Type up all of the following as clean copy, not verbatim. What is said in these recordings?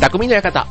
匠の館。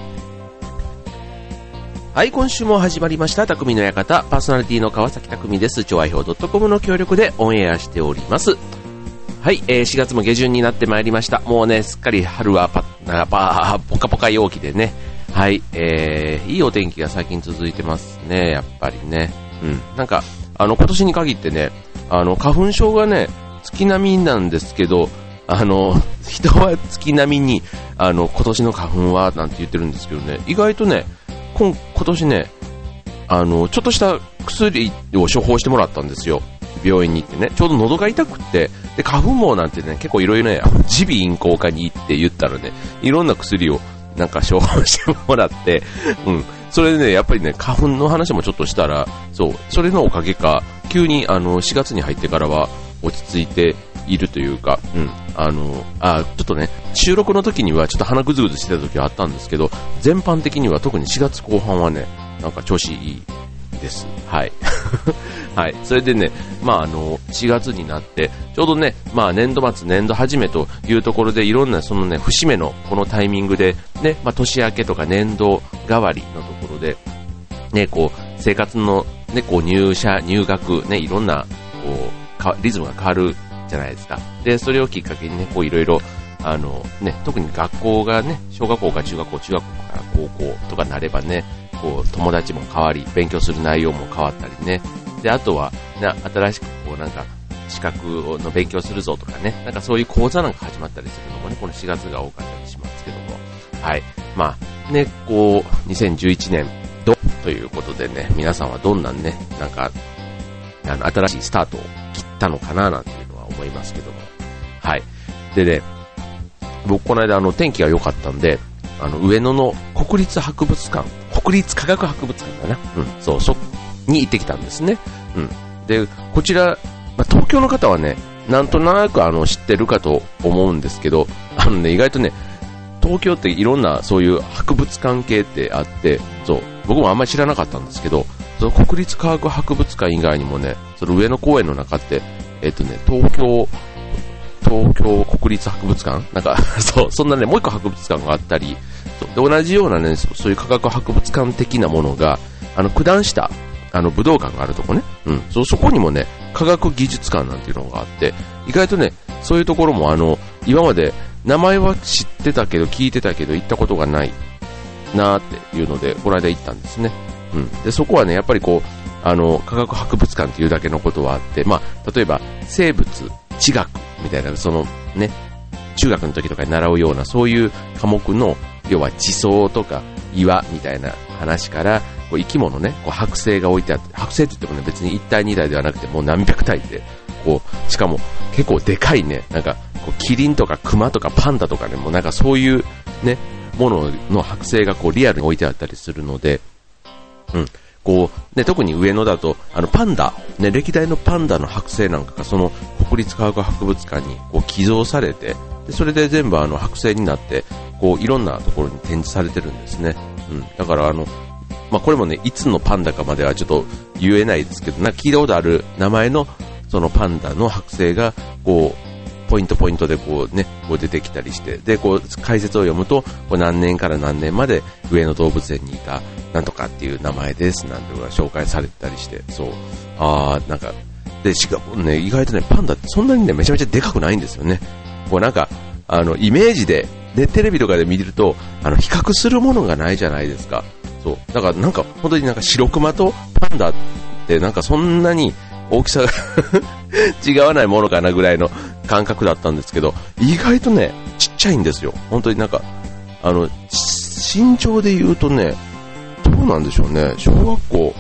はい、今週も始まりました匠の館。パーソナリティの川崎匠です。調和表 .com の協力でオンエアしております。はい、4月も下旬になってまいりました。もうね、すっかり春はポカポカ陽気でね。はい、いいお天気が最近続いてますね、やっぱりね。なんか、今年に限ってね、花粉症がね、月並みなんですけど、人は月並みに、今年の花粉は、なんて言ってるんですけどね、意外とね、今年ね、ちょっとした薬を処方してもらったんですよ。病院に行ってね、ちょうど喉が痛くって、で、花粉毛なんてね、結構いろいろね、耳鼻咽喉科に行って言ったらね、いろんな薬をなんか処方してもらって、それでね、やっぱりね、花粉の話もちょっとしたら、そう、それのおかげか、急に4月に入ってからは落ち着いているというか、ちょっとね、収録の時にはちょっと鼻ぐずぐずしてた時はあったんですけど、全般的には特に4月後半はね、なんか調子いいです。はい。はい。それでね、4月になって、ちょうどね、年度末、年度始めというところで、いろんなそのね、節目のこのタイミングで、ね、年明けとか年度代わりのところで、ね、こう、生活のね、こう、入学、ね、いろんな、こう、リズムが変わるじゃないですか。で、それをきっかけにね、こう、いろいろ、特に学校がね、小学校から中学校、中学校から高校とかなればね、こう、友達も変わり、勉強する内容も変わったりね。で、あとは、新しくこう、なんか、資格の勉強するぞとかね、なんかそういう講座なんか始まったりするのもね、この4月が多かったりしますけども。はい。ね、こう、2011年ということでね、皆さんはどんなね、なんか、新しいスタートを切ったのかななんていうのは思いますけども。はい。でね、僕この間天気が良かったんで、上野の国立科学博物館かな、そに行ってきたんですね。で、こちら、東京の方はね、なんとなく知ってるかと思うんですけど、意外とね、東京っていろんなそういう博物館系ってあって、そう、僕もあんまり知らなかったんですけど、その国立科学博物館以外にもね、その上野公園の中って、東京国立博物館なんか、そう、そんなね、もう一個博物館があったり、で同じようなね、そういう科学博物館的なものが、九段下、武道館があるとこね、そこにもね、科学技術館なんていうのがあって、意外とね、そういうところも今まで名前は知ってたけど、聞いてたけど、行ったことがないなーっていうので、この間行ったんですね。で、そこはね、やっぱりこう、科学博物館っていうだけのことはあって、例えば、生物、地学みたいな、そのね、中学の時とかに習うような、そういう科目の、要は地層とか岩みたいな話から、こう生き物ね、こう剥製が置いてあって、剥製って言ってもね、別に1体2体ではなくて、もう何百体で、こう、しかも結構でかいね、なんか、こうキリンとかクマとかパンダとかね、もうなんかそういうね、ものの剥製がこうリアルに置いてあったりするので、こうね、特に上野だとパンダ、ね、歴代のパンダの剥製なんかがその国立科学博物館にこう寄贈されて、でそれで全部剥製になってこういろんなところに展示されてるんですね。だからこれもね、いつのパンダかまではちょっと言えないですけど、なんか聞いたことある名前のそのパンダの剥製がこうポイントでこうね、こう出てきたりして、でこう解説を読むと、こう何年から何年まで上野動物園にいたなんとかっていう名前ですなんていうのが紹介されてたりして、そう、なんかでしかもね、意外とね、パンダってそんなにね、めちゃめちゃでかくないんですよね。こうなんかイメージでテレビとかで見ると比較するものがないじゃないですか。そう、だからなんか本当になんか白熊とパンダってなんかそんなに大きさが違わないものかなぐらいの感覚だったんですけど、意外とね、ちっちゃいんですよ。本当になんか身長で言うとね、どうなんでしょうね、小学校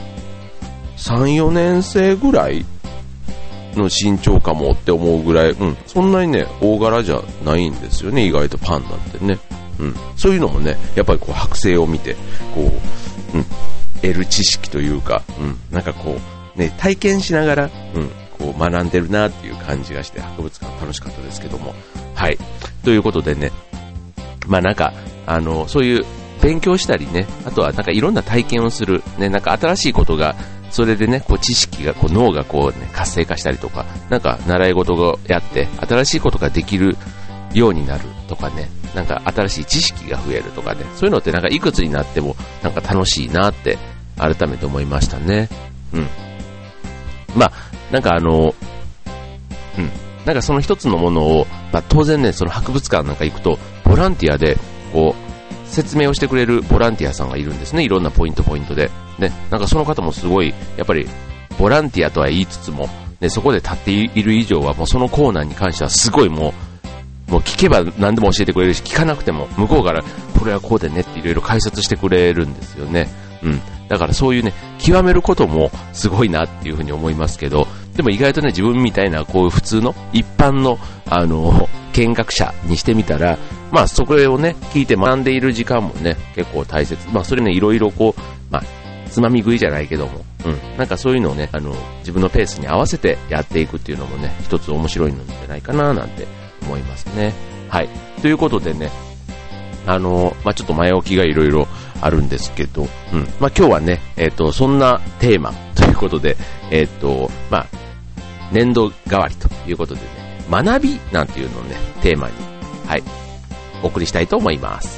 3,4 年生ぐらいの身長かもって思うぐらい、そんなにね、大柄じゃないんですよね、意外とパンダってね。そういうのもね、やっぱりこう剥製を見てこう、得る知識というか、なんかこうね、体験しながら、こう学んでるなっていう感じがして、博物館楽しかったですけども、はい、ということでね、なんかそういう勉強したりね、あとはなんかいろんな体験をするね、なんか新しいことがそれでね、こう知識がこう脳がこうね、活性化したりとか、なんか習い事をやって新しいことができるようになるとかね、 なんか新しい知識が増えるとかね、そういうのってなんかいくつになってもなんか楽しいなって改めて思いましたね。うん。まあ、なんかなんかその一つのものを、まあ当然ね、その博物館なんか行くと、ボランティアで、こう、説明をしてくれるボランティアさんがいるんですね。いろんなポイントで。ね、なんかその方もすごい、やっぱり、ボランティアとは言いつつも、ね、そこで立っている以上は、もうそのコーナーに関してはすごいもう聞けば何でも教えてくれるし、聞かなくても、向こうから、これはこうでねっていろいろ解説してくれるんですよね。うん。だからそういうね、極めることもすごいなっていうふうに思いますけど、でも意外とね、自分みたいなこういう普通の一般の見学者にしてみたら、まあそこをね、聞いて学んでいる時間もね、結構大切。まあそれね、いろいろこう、まあつまみ食いじゃないけども、なんかそういうのをね、自分のペースに合わせてやっていくっていうのもね、一つ面白いのじゃないかななんて思いますね。はい。ということでね、まあちょっと前置きがいろいろあるんですけど、まあ今日はね、そんなテーマということで、まあ年度代わりということでね、学びなんていうのをね、テーマに、はい、お送りしたいと思います。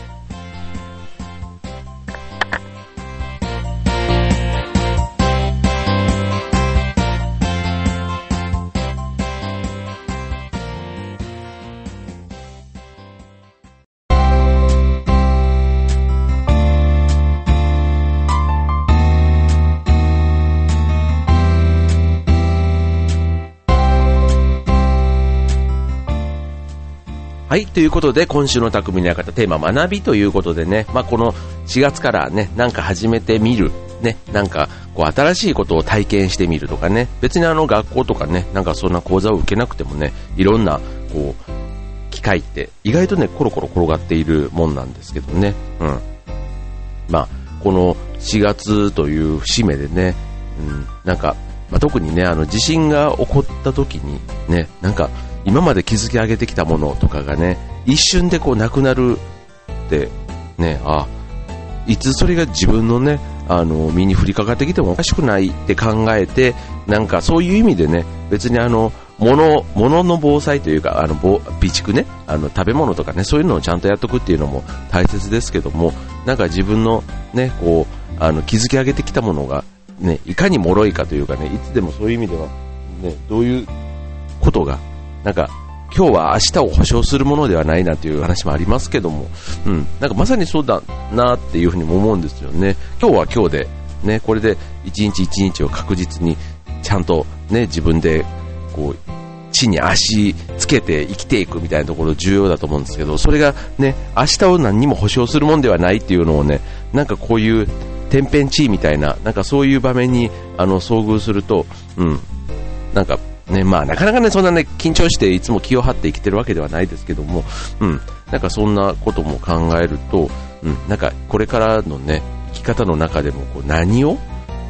はい、ということで今週の匠の館テーマ学びということでね、まあこの4月からね、なんか始めてみる、ね、なんかこう新しいことを体験してみるとかね、別に学校とかね、なんかそんな講座を受けなくてもね、いろんなこう機会って意外とね、コロコロ転がっているもんなんですけどね、まあこの4月という節目でね、なんか、まあ、特にね、地震が起こった時にね、なんか今まで築き上げてきたものとかがね、一瞬でこうなくなるってね、いつそれが自分のね、身に降りかかってきてもおかしくないって考えて、なんかそういう意味でね、別に物の防災というか、備蓄ね、食べ物とかね、そういうのをちゃんとやっとくっていうのも大切ですけども、なんか自分のね、こう、築き上げてきたものがね、いかに脆いかというかね、いつでもそういう意味ではね、どういうことがなんか今日は明日を保証するものではないなという話もありますけども、なんかまさにそうだなっていうふうにも思うんですよね。今日は今日でね、これで一日一日を確実にちゃんとね、自分でこう地に足つけて生きていくみたいなところ重要だと思うんですけど、それがね、明日を何にも保証するもんではないっていうのをね、なんかこういう天変地異みたいな、なんかそういう場面に遭遇すると、なんかね、まあなかなかね、そんなね、緊張していつも気を張って生きてるわけではないですけども、なんかそんなことも考えると、なんかこれからのね、生き方の中でもこう何を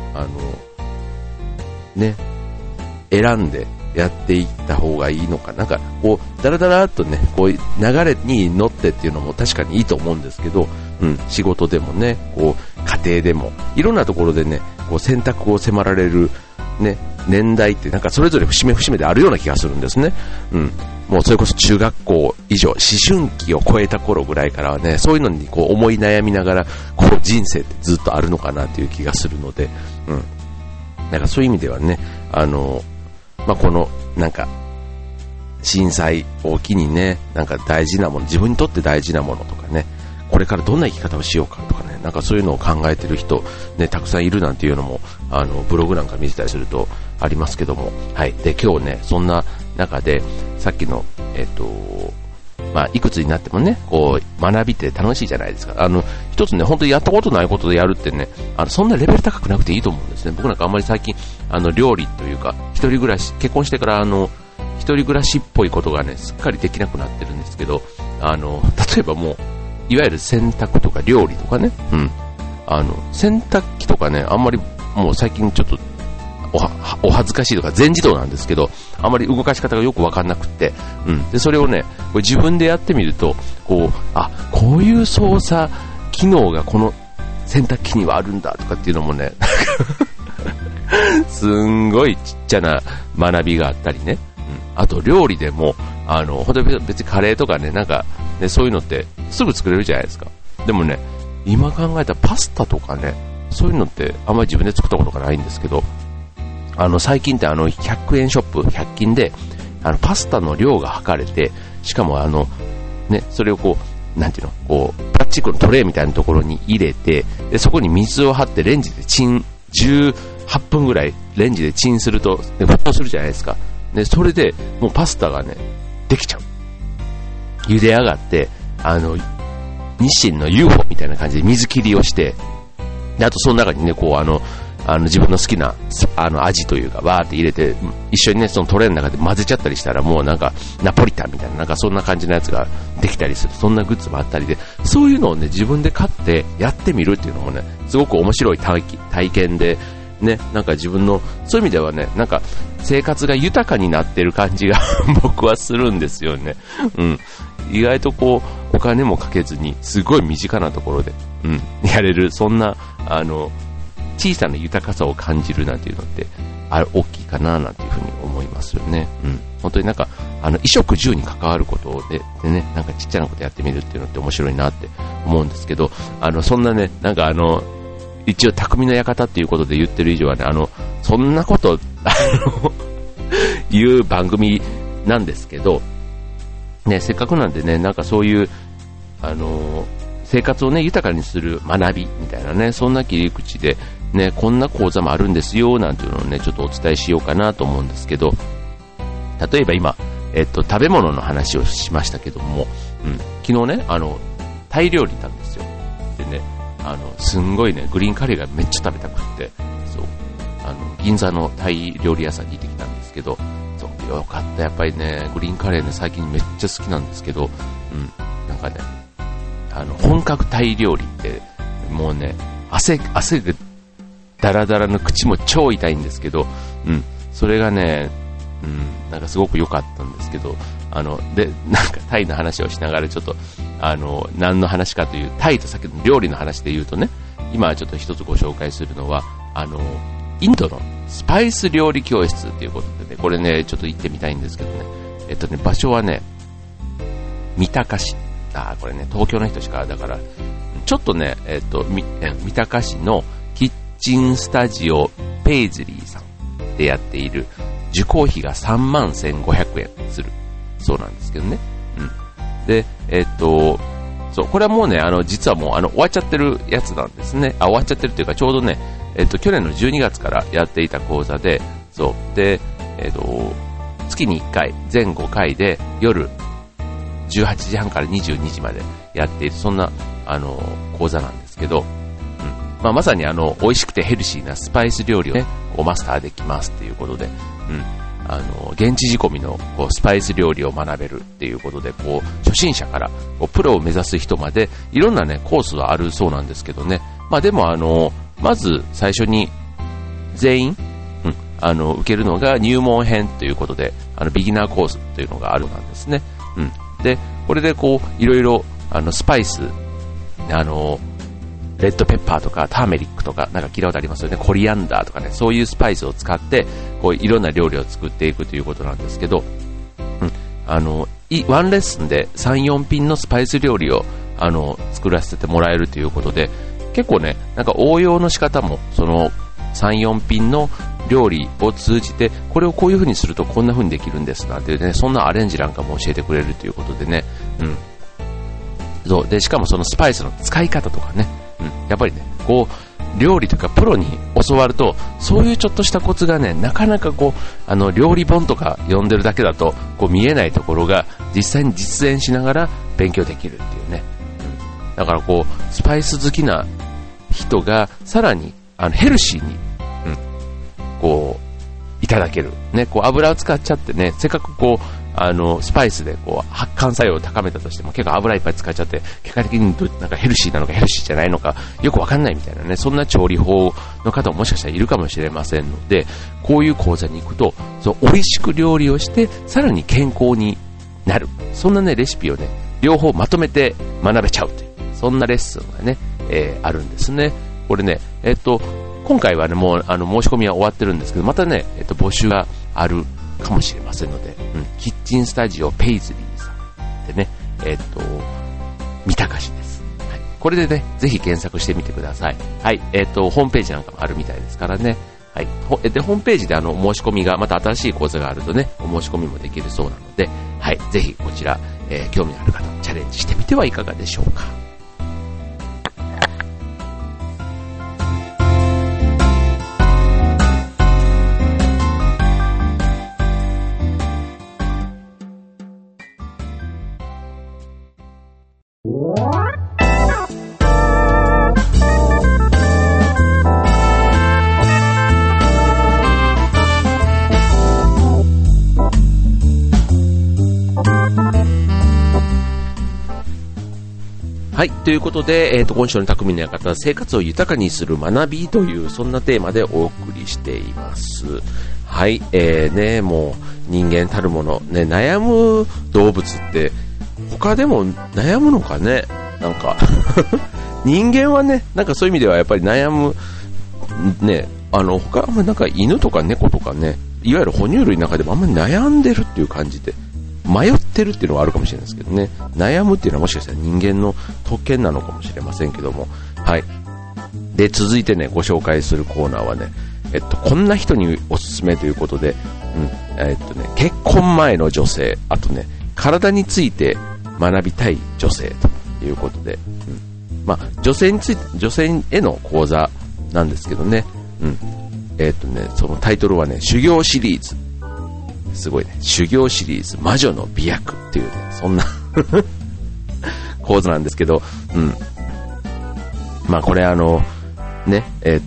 ね、選んでやっていった方がいいのか、なんかこうダラダラっとね、こう流れに乗ってっていうのも確かにいいと思うんですけど、仕事でもね、こう家庭でもいろんなところでね、こう選択を迫られるね、年代ってなんかそれぞれ節目節目であるような気がするんですね。もうそれこそ中学校以上、思春期を超えた頃ぐらいからはね、そういうのにこう思い悩みながら、こう人生ってずっとあるのかなという気がするので、なんかそういう意味ではね、まあ、このなんか震災を機にね、なんか大事なもの、自分にとって大事なものとかね、これからどんな生き方をしようかとかね、なんかそういうのを考えてる人ね、たくさんいるなんていうのもブログなんか見てたりするとありますけども、はい。で今日ね、そんな中でさっきのまあいくつになってもね、こう学びって楽しいじゃないですか。一つね、本当にやったことないことでやるってね、そんなレベル高くなくていいと思うんですね。僕なんかあんまり最近料理というか一人暮らし、結婚してから一人暮らしっぽいことがね、すっかりできなくなってるんですけど、例えばもういわゆる洗濯とか料理とかね、洗濯機とかね、あんまりもう最近ちょっとお恥ずかしいとか全自動なんですけど、あまり動かし方がよくわかんなくて、でそれをね、これ自分でやってみると、こういう操作機能がこの洗濯機にはあるんだとかっていうのもねすんごいちっちゃな学びがあったりね、あと料理でも本当に別にカレーとかね、なんか、ね、そういうのってすぐ作れるじゃないですか。でもね、今考えたらパスタとかね、そういうのってあんまり自分で作ったことがないんですけど、最近って100円ショップ、100均で、パスタの量が測れて、しかもね、それをこう、なんていうの、こう、プラスチックのトレイみたいなところに入れて、で、そこに水を張ってレンジで18分ぐらいレンジでチンすると、で、沸騰するじゃないですか。で、それでもうパスタがね、できちゃう。茹で上がって、日清の UFO みたいな感じで水切りをして、で、あとその中にね、こう自分の好きな、味というか、わーって入れて、一緒にね、そのトレーの中で混ぜちゃったりしたら、もうなんか、ナポリタンみたいな、なんかそんな感じのやつができたりする。そんなグッズもあったりで、そういうのをね、自分で買ってやってみるっていうのもね、すごく面白い体験で、ね、なんか自分の、そういう意味ではね、なんか、生活が豊かになってる感じが僕はするんですよね。うん。意外とこう、お金もかけずに、すごい身近なところで、やれる、そんな、小さな豊かさを感じるなんていうのって、大きいかななんていうふうに思いますよね。本当になんか、衣食住に関わることでね、なんかちっちゃなことやってみるっていうのって面白いなって思うんですけど、そんなね、なんか一応匠の館っていうことで言ってる以上はね、そんなこと、いう番組なんですけど、ね、せっかくなんでね、なんかそういう、生活をね、豊かにする学びみたいなね、そんな切り口で、ね、こんな講座もあるんですよ、なんていうのをね、ちょっとお伝えしようかなと思うんですけど、例えば今、食べ物の話をしましたけども、昨日ね、タイ料理行ったんですよ。でね、すんごいね、グリーンカレーがめっちゃ食べたくって、そう、銀座のタイ料理屋さんに行ってきたんですけど、そう、よかった、やっぱりね、グリーンカレーね、最近めっちゃ好きなんですけど、なんかね、本格タイ料理って、もうね、汗がダラダラの口も超痛いんですけど、それがね、なんかすごく良かったんですけど、で、なんかタイの話をしながらちょっと、何の話かという、タイと先の料理の話で言うとね、今ちょっと一つご紹介するのは、インドのスパイス料理教室ということでね、これね、ちょっと行ってみたいんですけどね、場所はね、三鷹市。これね、東京の人しか、だから、ちょっとね、三鷹市のキッチンスタジオペイズリーさんでやっている受講費が31,500円するそうなんですけどね。で、そう、これはもうね、実はもう終わっちゃってるやつなんですね。終わっちゃってるっていうか、ちょうどね、去年の12月からやっていた講座で、そう、で、月に1回、全5回で夜18時半から22時までやっている、そんな、講座なんですけど、まさに美味しくてヘルシーなスパイス料理をね、こうマスターできますっていうことで、現地仕込みのこうスパイス料理を学べるっていうことで、こう初心者からこうプロを目指す人までいろんなねコースがあるそうなんですけどね。でもまず最初に全員、受けるのが入門編ということで、ビギナーコースというのがあるなんですね。でこれでこういろいろスパイスレッドペッパーとかターメリックとかなんか聞いたことありますよね。コリアンダーとかね、そういうスパイスを使ってこういろんな料理を作っていくということなんですけど、ワンレッスンで 3,4 品のスパイス料理を作らせてもらえるということで、結構ねなんか応用の仕方もその 3,4 品の料理を通じてこれをこういう風にするとこんな風にできるんですなんてね、そんなアレンジなんかも教えてくれるということでね、そうでしかもそのスパイスの使い方とかね、やっぱりねこう料理とかプロに教わるとそういうちょっとしたコツがねなかなかこう料理本とか読んでるだけだとこう見えないところが実際に実演しながら勉強できるっていうね、だからこうスパイス好きな人がさらにヘルシーに、こういただけるね、こう油を使っちゃってね、せっかくこうスパイスでこう発汗作用を高めたとしても結構油いっぱい使っちゃって結果的になんかヘルシーなのかヘルシーじゃないのかよくわかんないみたいなね、そんな調理法の方ももしかしたらいるかもしれませんので、こういう講座に行くとそう美味しく料理をしてさらに健康になる、そんなねレシピをね両方まとめて学べちゃうという、そんなレッスンがね、あるんですね。これね今回はねもう申し込みは終わってるんですけど、またね、募集があるかもしれませんので、キッチンスタジオペイズリーさんでね、三鷹市です。はい。これでね、ぜひ検索してみてください。はい。ホームページなんかもあるみたいですからね。はい。で、ホームページで申し込みが、また新しい講座があるとね、お申し込みもできるそうなので、はい。ぜひこちら、興味のある方、チャレンジしてみてはいかがでしょうか。はい。ということで、今週の匠の館、生活を豊かにする学びという、そんなテーマでお送りしています。はい。ね、もう、人間たるもの、ね、悩む動物って、他でも悩むのかね、なんか、人間はね、なんかそういう意味ではやっぱり悩む、ね、他はなんか犬とか猫とかね、いわゆる哺乳類の中でもあんまり悩んでるっていう感じで、迷ってるっていうのはあるかもしれないですけどね。悩むっていうのはもしかしたら人間の特権なのかもしれませんけども。はい。で、続いてね、ご紹介するコーナーはね、こんな人におすすめということで、結婚前の女性、あとね、体について学びたい女性ということで、まあ、女性への講座なんですけどね、そのタイトルはね、修行シリーズ。すごいね。修行シリーズ、魔女の美薬っていうね、そんな講座なんですけど、まあこれね、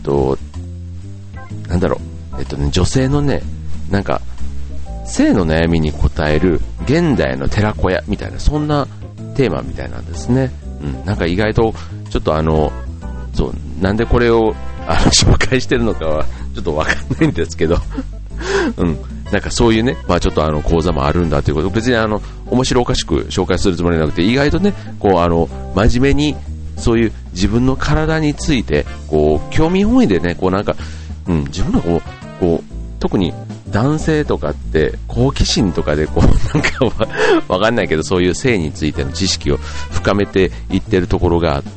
なんだろう、女性のね、なんか、性の悩みに応える現代の寺子屋みたいな、そんなテーマみたいなんですね。なんか意外と、ちょっとそう、なんでこれを紹介してるのかは、ちょっとわかんないんですけど、なんかそういうね、まあちょっと講座もあるんだということ、別に面白おかしく紹介するつもりなくて、意外とね、こう真面目に、そういう自分の体について、こう、興味本位でね、こうなんか、自分のこう、特に男性とかって、好奇心とかでこう、なんかわかんないけど、そういう性についての知識を深めていってるところがあって、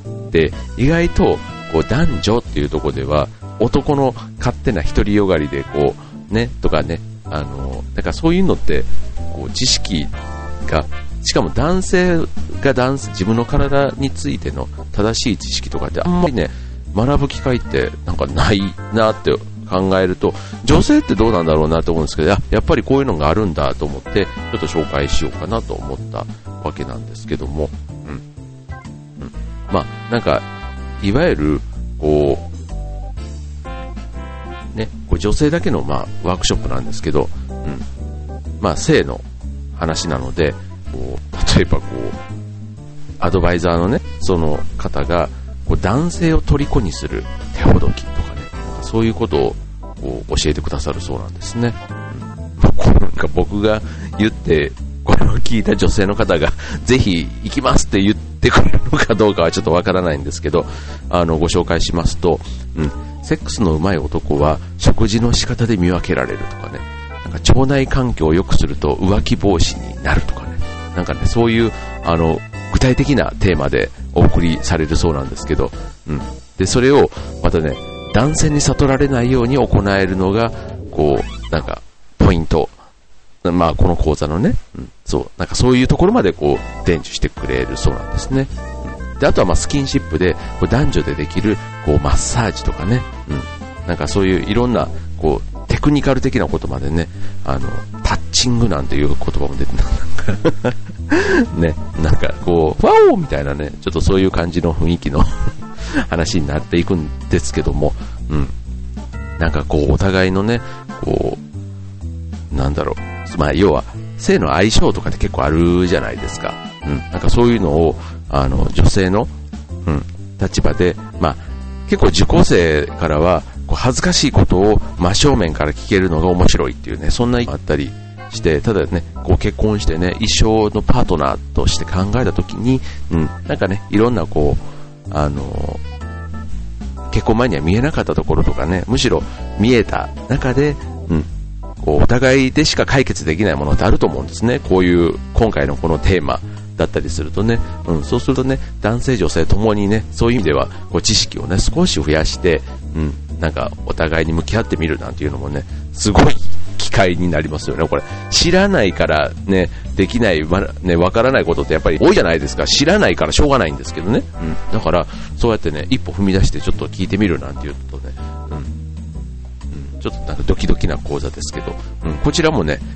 意外と、こう、男女っていうところでは、男の勝手な独りよがりで、こう、ね、とかね、だからそういうのって、こう、知識が、しかも男性が自分の体についての正しい知識とかってあんまりね、学ぶ機会ってなんかないなって考えると、女性ってどうなんだろうなと思うんですけど、やっぱりこういうのがあるんだと思って、ちょっと紹介しようかなと思ったわけなんですけども、まあ、なんか、いわゆる、こう、ね、これ女性だけの、まあ、ワークショップなんですけど、まあ、性の話なので、こう例えばこう、アドバイザーのね、その方が、こう男性を虜にする手ほどきとかね、そういうことをこう教えてくださるそうなんですね。なんか僕が言って、これを聞いた女性の方が、ぜひ行きますって言ってくれるのかどうかはちょっとわからないんですけど、ご紹介しますと、セックスの上手い男は食事の仕方で見分けられるとかね、なんか腸内環境を良くすると浮気防止になるとかね、なんかね、そういう具体的なテーマでお送りされるそうなんですけど、でそれをまたね、男性に悟られないように行えるのがこうなんかポイント、まあこの講座のね、そうなんかそういうところまでこう伝授してくれるそうなんですね。であとはまあスキンシップでこう男女でできるこうマッサージとかね、なんかそういういろんなこうテクニカル的なことまでね、タッチングなんていう言葉も出てね、なんかこうワオみたいなね、ちょっとそういう感じの雰囲気の話になっていくんですけども、なんかこうお互いのね、こうなんだろう、まあ要は性の相性とかって結構あるじゃないですか。なんかそういうのを女性の、立場で、まあ結構受講生からはこう恥ずかしいことを真正面から聞けるのが面白いっていうね、そんな意見があったりして、ただね、こう結婚してね、一生のパートナーとして考えたときに、なんかね、いろんなこう、結婚前には見えなかったところとかね、むしろ見えた中で、 こう、お互いでしか解決できないものってあると思うんですね。こういう、今回のこのテーマだったりするとね。そうするとね、男性女性ともにね、そういう意味では、こう、知識をね、少し増やして、なんか、お互いに向き合ってみるなんていうのもね、すごい機会になりますよね。これ、知らないからね、できない、ね、わからないことってやっぱり多いじゃないですか。知らないからしょうがないんですけどね。だから、そうやってね、一歩踏み出してちょっと聞いてみるなんていうとね、ちょっとなんかドキドキな講座ですけど、こちらもね、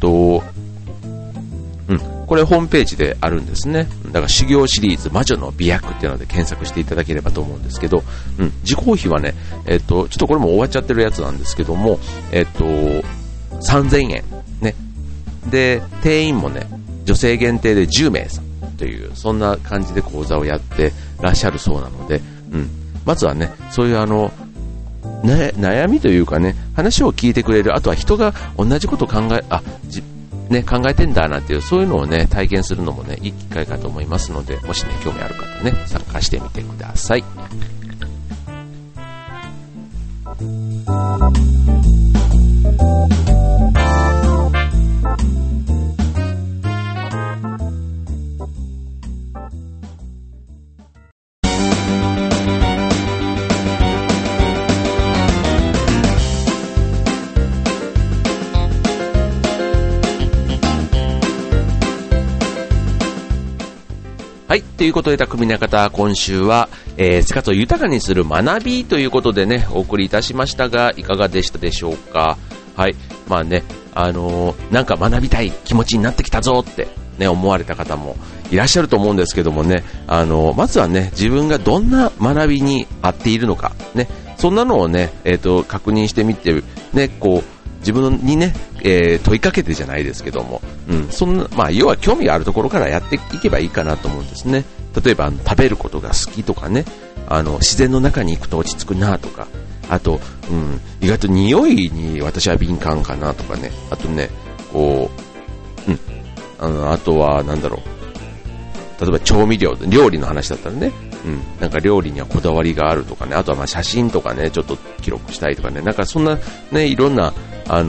これホームページであるんですね。だから修行シリーズ魔女の美薬っていうので検索していただければと思うんですけど、受講費はね、ちょっとこれも終わっちゃってるやつなんですけども、3000円。ね。で、定員もね、女性限定で10名さんという、そんな感じで講座をやってらっしゃるそうなので、まずはね、そういう悩みというかね、話を聞いてくれる、あとは人が同じことを考えてんだなっていう、そういうのをね、体験するのもね、いい機会かと思いますので、もしね、興味ある方ね、参加してみてください。はい。ということで、匠の方、今週は、生活を豊かにする学びということでね、お送りいたしましたが、いかがでしたでしょうか。はい。まあね、なんか学びたい気持ちになってきたぞって、ね、思われた方もいらっしゃると思うんですけどもね、まずはね、自分がどんな学びに合っているのか、ね、そんなのをね、確認してみて、ね、こう、自分にね、問いかけてじゃないですけども、そんな、まあ、要は興味があるところからやっていけばいいかなと思うんですね。例えば、食べることが好きとかね、自然の中に行くと落ち着くなとか、あと、意外と匂いに私は敏感かなとかね、あとね、こう、あとは、なんだろう、例えば調味料、料理の話だったらね、なんか料理にはこだわりがあるとかね、あとはまあ写真とかね、ちょっと記録したいとかね、なんかそんなね、いろんな、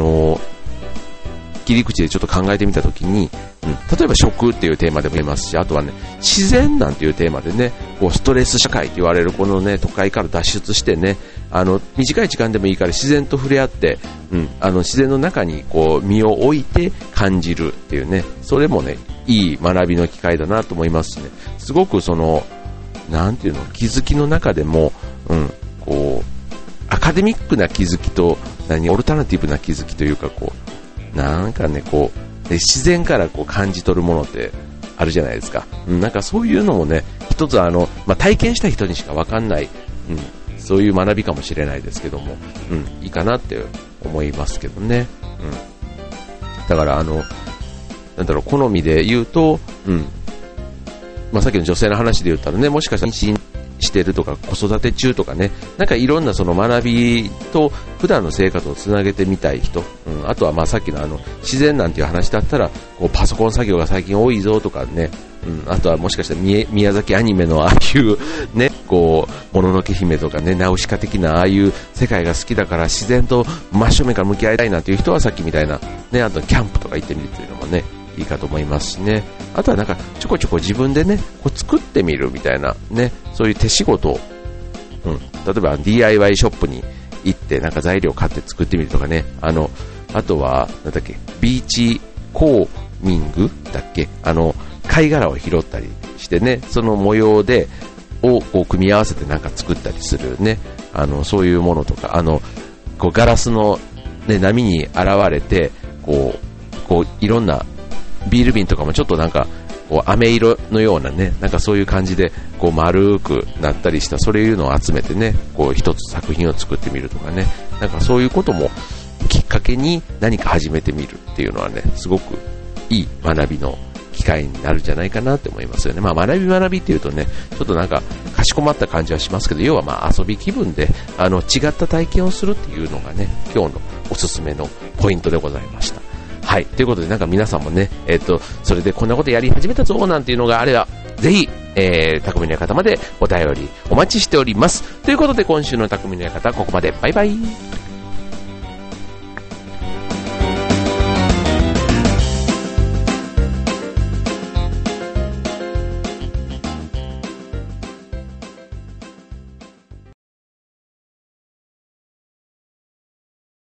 切り口でちょっと考えてみたときに、例えば食っていうテーマでも言えますし、あとはね、自然なんていうテーマでね、こうストレス社会と言われるこのね、都会から脱出してね、短い時間でもいいから自然と触れ合って、自然の中にこう身を置いて感じるっていうね、それもね、いい学びの機会だなと思いますしね、すごくその、なんていうの、気づきの中でも、こう、アカデミックな気づきと、オルタナティブな気づきというか、こう、なんかね、こう、自然からこう感じ取るものってあるじゃないですか。なんかそういうのもね、一つ体験した人にしかわかんない、そういう学びかもしれないですけども、いいかなって思いますけどね。だからなんだろう、好みで言うと、さっきの女性の話で言ったらね、もしかしたら妊娠してるとか子育て中とかね、なんかいろんなその学びと普段の生活をつなげてみたい人、あとはさっきの自然なんていう話だったら、こうパソコン作業が最近多いぞとかね、あとはもしかしたら宮崎アニメのああいうね、こうもののけ姫とかね、ナウシカ的なああいう世界が好きだから自然と真正面から向き合いたいなという人はさっきみたいなね、あとキャンプとか行ってみるというのもね、いいかと思いますしね。あとはなんかちょこちょこ自分でね、こう作ってみるみたいなね、そういう手仕事を、例えば DIY ショップに行ってなんか材料買って作ってみるとかね、あとはなんだっけ、ビーチコーミングだっけ、貝殻を拾ったりしてね、その模様をこう組み合わせてなんか作ったりするね、そういうものとか、こうガラスのね、波に現れてこういろんなビール瓶とかもちょっとなんかこう飴色のようなね、なんかそういう感じでこう丸くなったりした、そういうのを集めてね、こう一つ作品を作ってみるとかね、なんかそういうこともきっかけに何か始めてみるっていうのはね、すごくいい学びの機会になるんじゃないかなって思いますよね。学びっていうとね、ちょっとなんかかしこまった感じはしますけど、要は遊び気分で違った体験をするっていうのがね、今日のおすすめのポイントでございました。はい。ということで、なんか皆さんもね、それでこんなことやり始めたぞなんていうのがあれば、ぜひ、匠の館までお便りお待ちしております。ということで、今週の匠の館、ここまで。バイバイ。